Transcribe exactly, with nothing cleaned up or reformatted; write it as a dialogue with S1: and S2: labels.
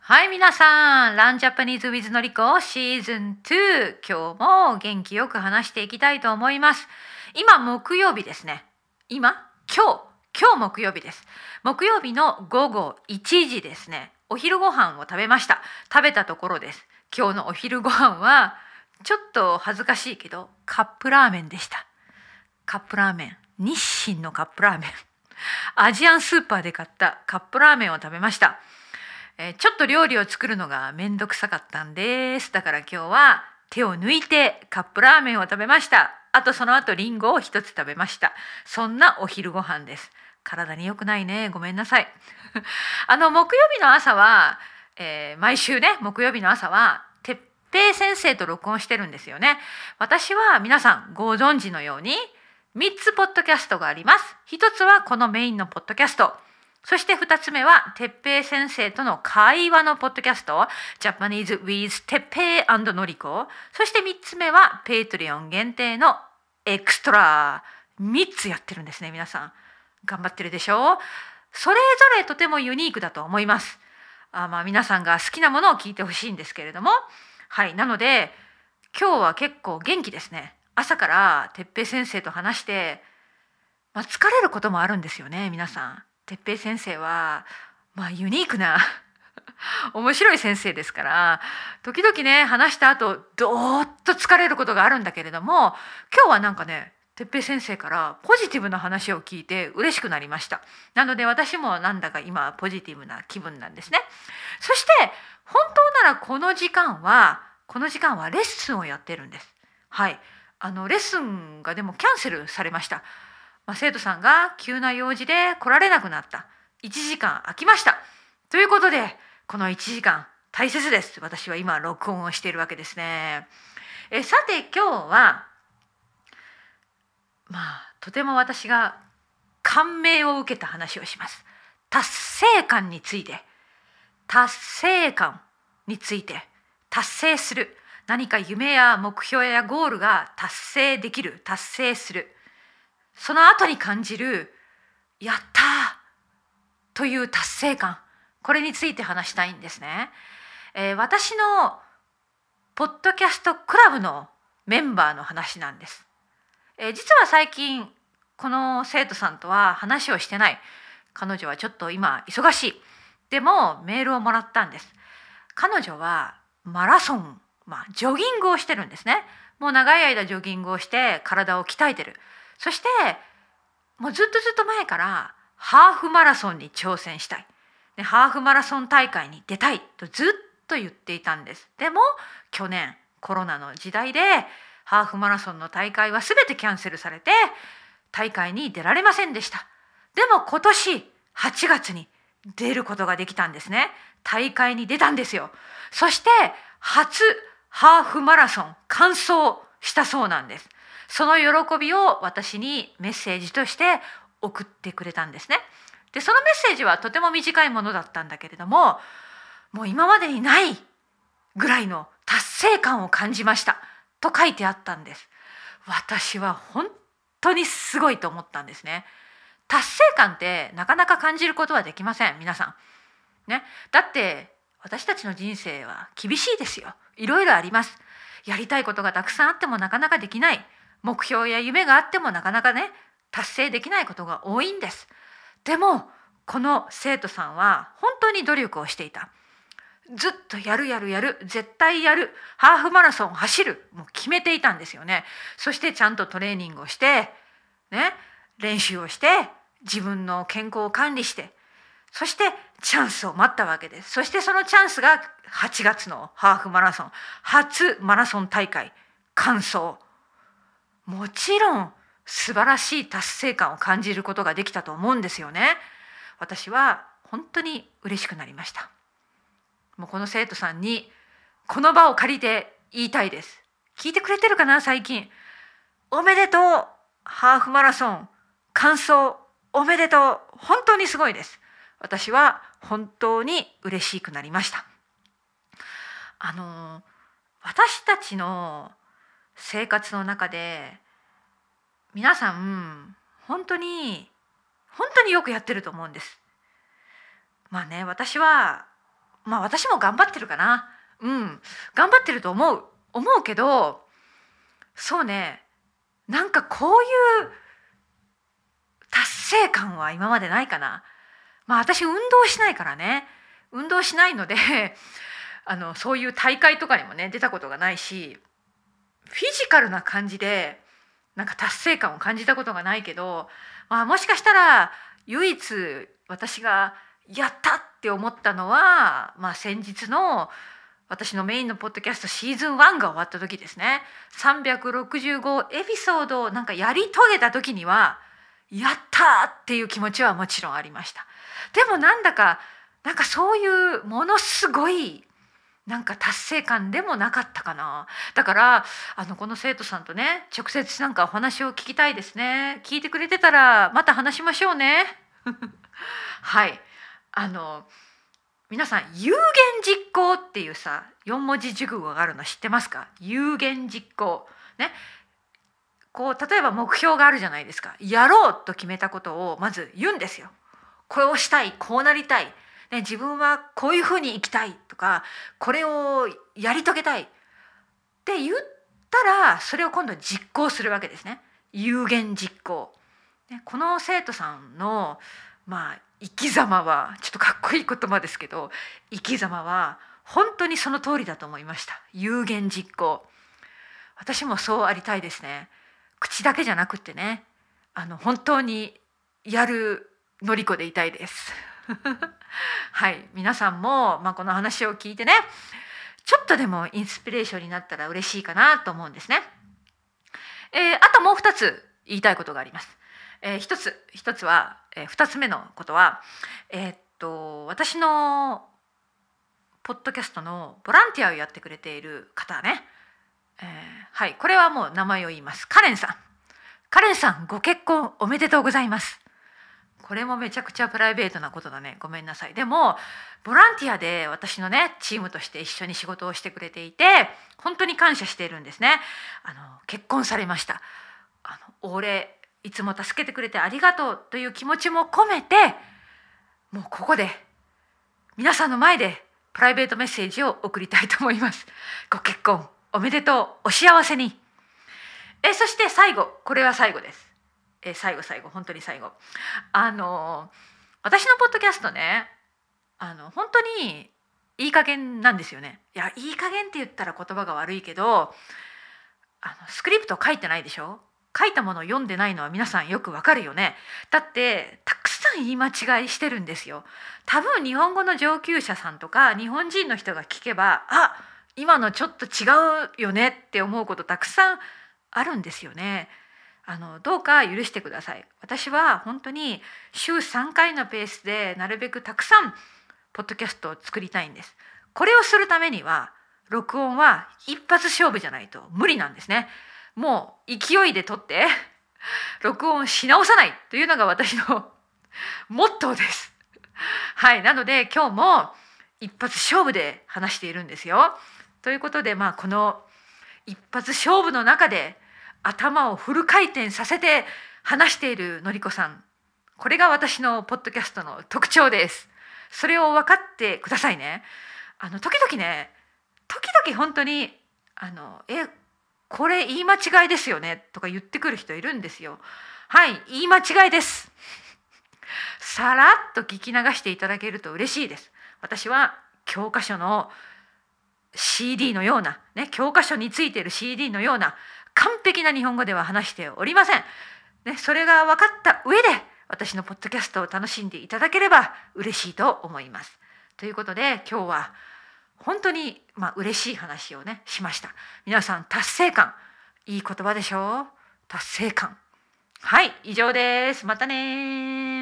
S1: はい、皆さん、ランジャパニーズ with のりこシーズンツー、今日も元気よく話していきたいと思います。今、木曜日ですね。今、今日、今日木曜日です。木曜日の午後いちじですね。お昼ご飯を食べました。食べたところです。今日のお昼ご飯は、ちょっと恥ずかしいけど、カップラーメンでした。カップラーメン。日清のカップラーメン。アジアンスーパーで買ったカップラーメンを食べました。えーちょっと料理を作るのがめんどくさかったんです。だから今日は手を抜いてカップラーメンを食べました。あとその後リンゴを一つ食べました。そんなお昼ご飯です。体に良くないね。ごめんなさい。あの木曜日の朝は、えー毎週ね、木曜日の朝は哲平先生と録音してるんですよね。私は皆さんご存知のようにみっつポッドキャストがあります。ひとつはこのメインのポッドキャスト。そしてふたつめは、てっぺい先生との会話のポッドキャスト、Japanese with てっぺい&のりこ。そしてみっつめは、ペイトリオン限定のエクストラ。みっつやってるんですね、皆さん。頑張ってるでしょう。それぞれとてもユニークだと思います。あまあ皆さんが好きなものを聞いてほしいんですけれども。はい、なので、今日は結構元気ですね。朝からてっぺい先生と話して、まあ、疲れることもあるんですよね、皆さん。哲平先生は、まあ、ユニークな面白い先生ですから、時々ね、話した後、どーっと疲れることがあるんだけれども、今日はなんかね、哲平先生からポジティブな話を聞いて嬉しくなりました。なので私もなんだか今ポジティブな気分なんですね。そして、本当ならこの時間は、この時間はレッスンをやってるんです。はい。あの、レッスンがでもキャンセルされました。まあ、生徒さんが急な用事で来られなくなった。いちじかん空きました。ということで、このいちじかん大切です。私は今録音をしているわけですね。えさて今日は、まあ、とても私が感銘を受けた話をします。達成感について。達成感について。達成する。何か夢や目標やゴールが達成できる。達成する。その後に感じる、やったーという達成感。これについて話したいんですね。えー私のポッドキャストクラブのメンバーの話なんです。えー実は最近、この生徒さんとは話をしてない。彼女はちょっと今忙しい。でもメールをもらったんです。彼女はマラソン、まあジョギングをしてるんですね。もう長い間ジョギングをして体を鍛えてる。そしてもうずっとずっと前からハーフマラソンに挑戦したい。でハーフマラソン大会に出たいとずっと言っていたんです。でも去年コロナの時代でハーフマラソンの大会は全てキャンセルされて大会に出られませんでした。でも今年はちがつに出ることができたんですね。大会に出たんですよ。そして初ハーフマラソン完走したそうなんです。その喜びを私にメッセージとして送ってくれたんですね。で、そのメッセージはとても短いものだったんだけれども、もう今までにないぐらいの達成感を感じましたと書いてあったんです。私は本当にすごいと思ったんですね。達成感ってなかなか感じることはできません、皆さん。ね、だって私たちの人生は厳しいですよ。いろいろあります。やりたいことがたくさんあってもなかなかできない。目標や夢があってもなかなかね、達成できないことが多いんです。でもこの生徒さんは本当に努力をしていた。ずっとやるやるやる、絶対やる、ハーフマラソン走る、もう決めていたんですよね。そしてちゃんとトレーニングをしてね、練習をして自分の健康を管理して、そしてチャンスを待ったわけです。そしてそのチャンスがはちがつのハーフマラソン、初マラソン大会完走。もちろん素晴らしい達成感を感じることができたと思うんですよね。私は本当に嬉しくなりました。もうこの生徒さんにこの場を借りて言いたいです。聞いてくれてるかな、最近。おめでとう、ハーフマラソン完走おめでとう。本当にすごいです。私は本当に嬉しくなりました。あの私たちの生活の中で皆さん本当に本当によくやってると思うんです。まあね、私はまあ私も頑張ってるかな。うん頑張ってると思う思うけど、そうね、なんかこういう達成感は今までないかな。まあ私運動しないからね、運動しないのであのそういう大会とかにもね出たことがないし、フィジカルな感じでなんか達成感を感じたことがないけど、まあ、もしかしたら唯一私がやったって思ったのは、まあ、先日の私のメインのポッドキャストシーズンワンが終わった時ですね。さんびゃくろくじゅうごエピソードをなんかやり遂げた時にはやったっていう気持ちはもちろんありました。でもなんだかなんかそういうものすごいなんか達成感でもなかったかな。だからあのこの生徒さんとね直接なんかお話を聞きたいですね。聞いてくれてたらまた話しましょうね。はい、あの皆さん有言実行っていうさよん文字熟語があるの知ってますか？有言実行ね。こう例えば目標があるじゃないですか。やろうと決めたことをまず言うんですよ。これをしたい、こうなりたい、ね、自分はこういうふうに生きたいとか、これをやり遂げたいって言ったらそれを今度実行するわけですね。有言実行。ね、この生徒さんのまあ生き様はちょっとかっこいい言葉ですけど、生き様は本当にその通りだと思いました。有言実行。私もそうありたいですね。口だけじゃなくってね、あの本当にやるのりこでいたいです。はい、皆さんも、まあ、この話を聞いてね、ちょっとでもインスピレーションになったら嬉しいかなと思うんですね。えー、あともうふたつ言いたいことがあります。えー、一つ一つは、えー、ふたつめのことは、えー、っと私のポッドキャストのボランティアをやってくれている方ね、えー、はい、これはもう名前を言います。カレンさん。カレンさん、ご結婚おめでとうございます。これもめちゃくちゃプライベートなことだね。ごめんなさい。でもボランティアで私のねチームとして一緒に仕事をしてくれていて本当に感謝しているんですね。あの結婚されました。あのお礼、いつも助けてくれてありがとうという気持ちも込めて、もうここで皆さんの前でプライベートメッセージを送りたいと思います。ご結婚おめでとう、お幸せに。えそして最後、これは最後です。え最後最後本当に最後、あの私のポッドキャストね、あの本当にいい加減なんですよね。いやいい加減って言ったら言葉が悪いけど、あのスクリプト書いてないでしょ。書いたものを読んでないのは皆さんよくわかるよね。だってたくさん言い間違いしてるんですよ。多分日本語の上級者さんとか日本人の人が聞けば、あ、今のちょっと違うよねって思うことたくさんあるんですよね。あのどうか許してください。私は本当に週さんかいのペースでなるべくたくさんポッドキャストを作りたいんです。これをするためには録音は一発勝負じゃないと無理なんですね。もう勢いで撮って録音し直さないというのが私のモットーです。はい、なので今日も一発勝負で話しているんですよ。ということで、まあこの一発勝負の中で頭をフル回転させて話しているのりこさん、これが私のポッドキャストの特徴です。それを分かってくださいね。あの時々ね、時々本当にあのえこれ言い間違いですよねとか言ってくる人いるんですよ。はい、言い間違いです。さらっと聞き流していただけると嬉しいです。私は教科書の シーディー のような、ね、教科書についている シーディー のような完璧な日本語では話しておりません。ね、それが分かった上で私のポッドキャストを楽しんでいただければ嬉しいと思います。ということで今日は本当にまあ嬉しい話をねしました。皆さん達成感、いい言葉でしょう。達成感。はい、以上です。またね。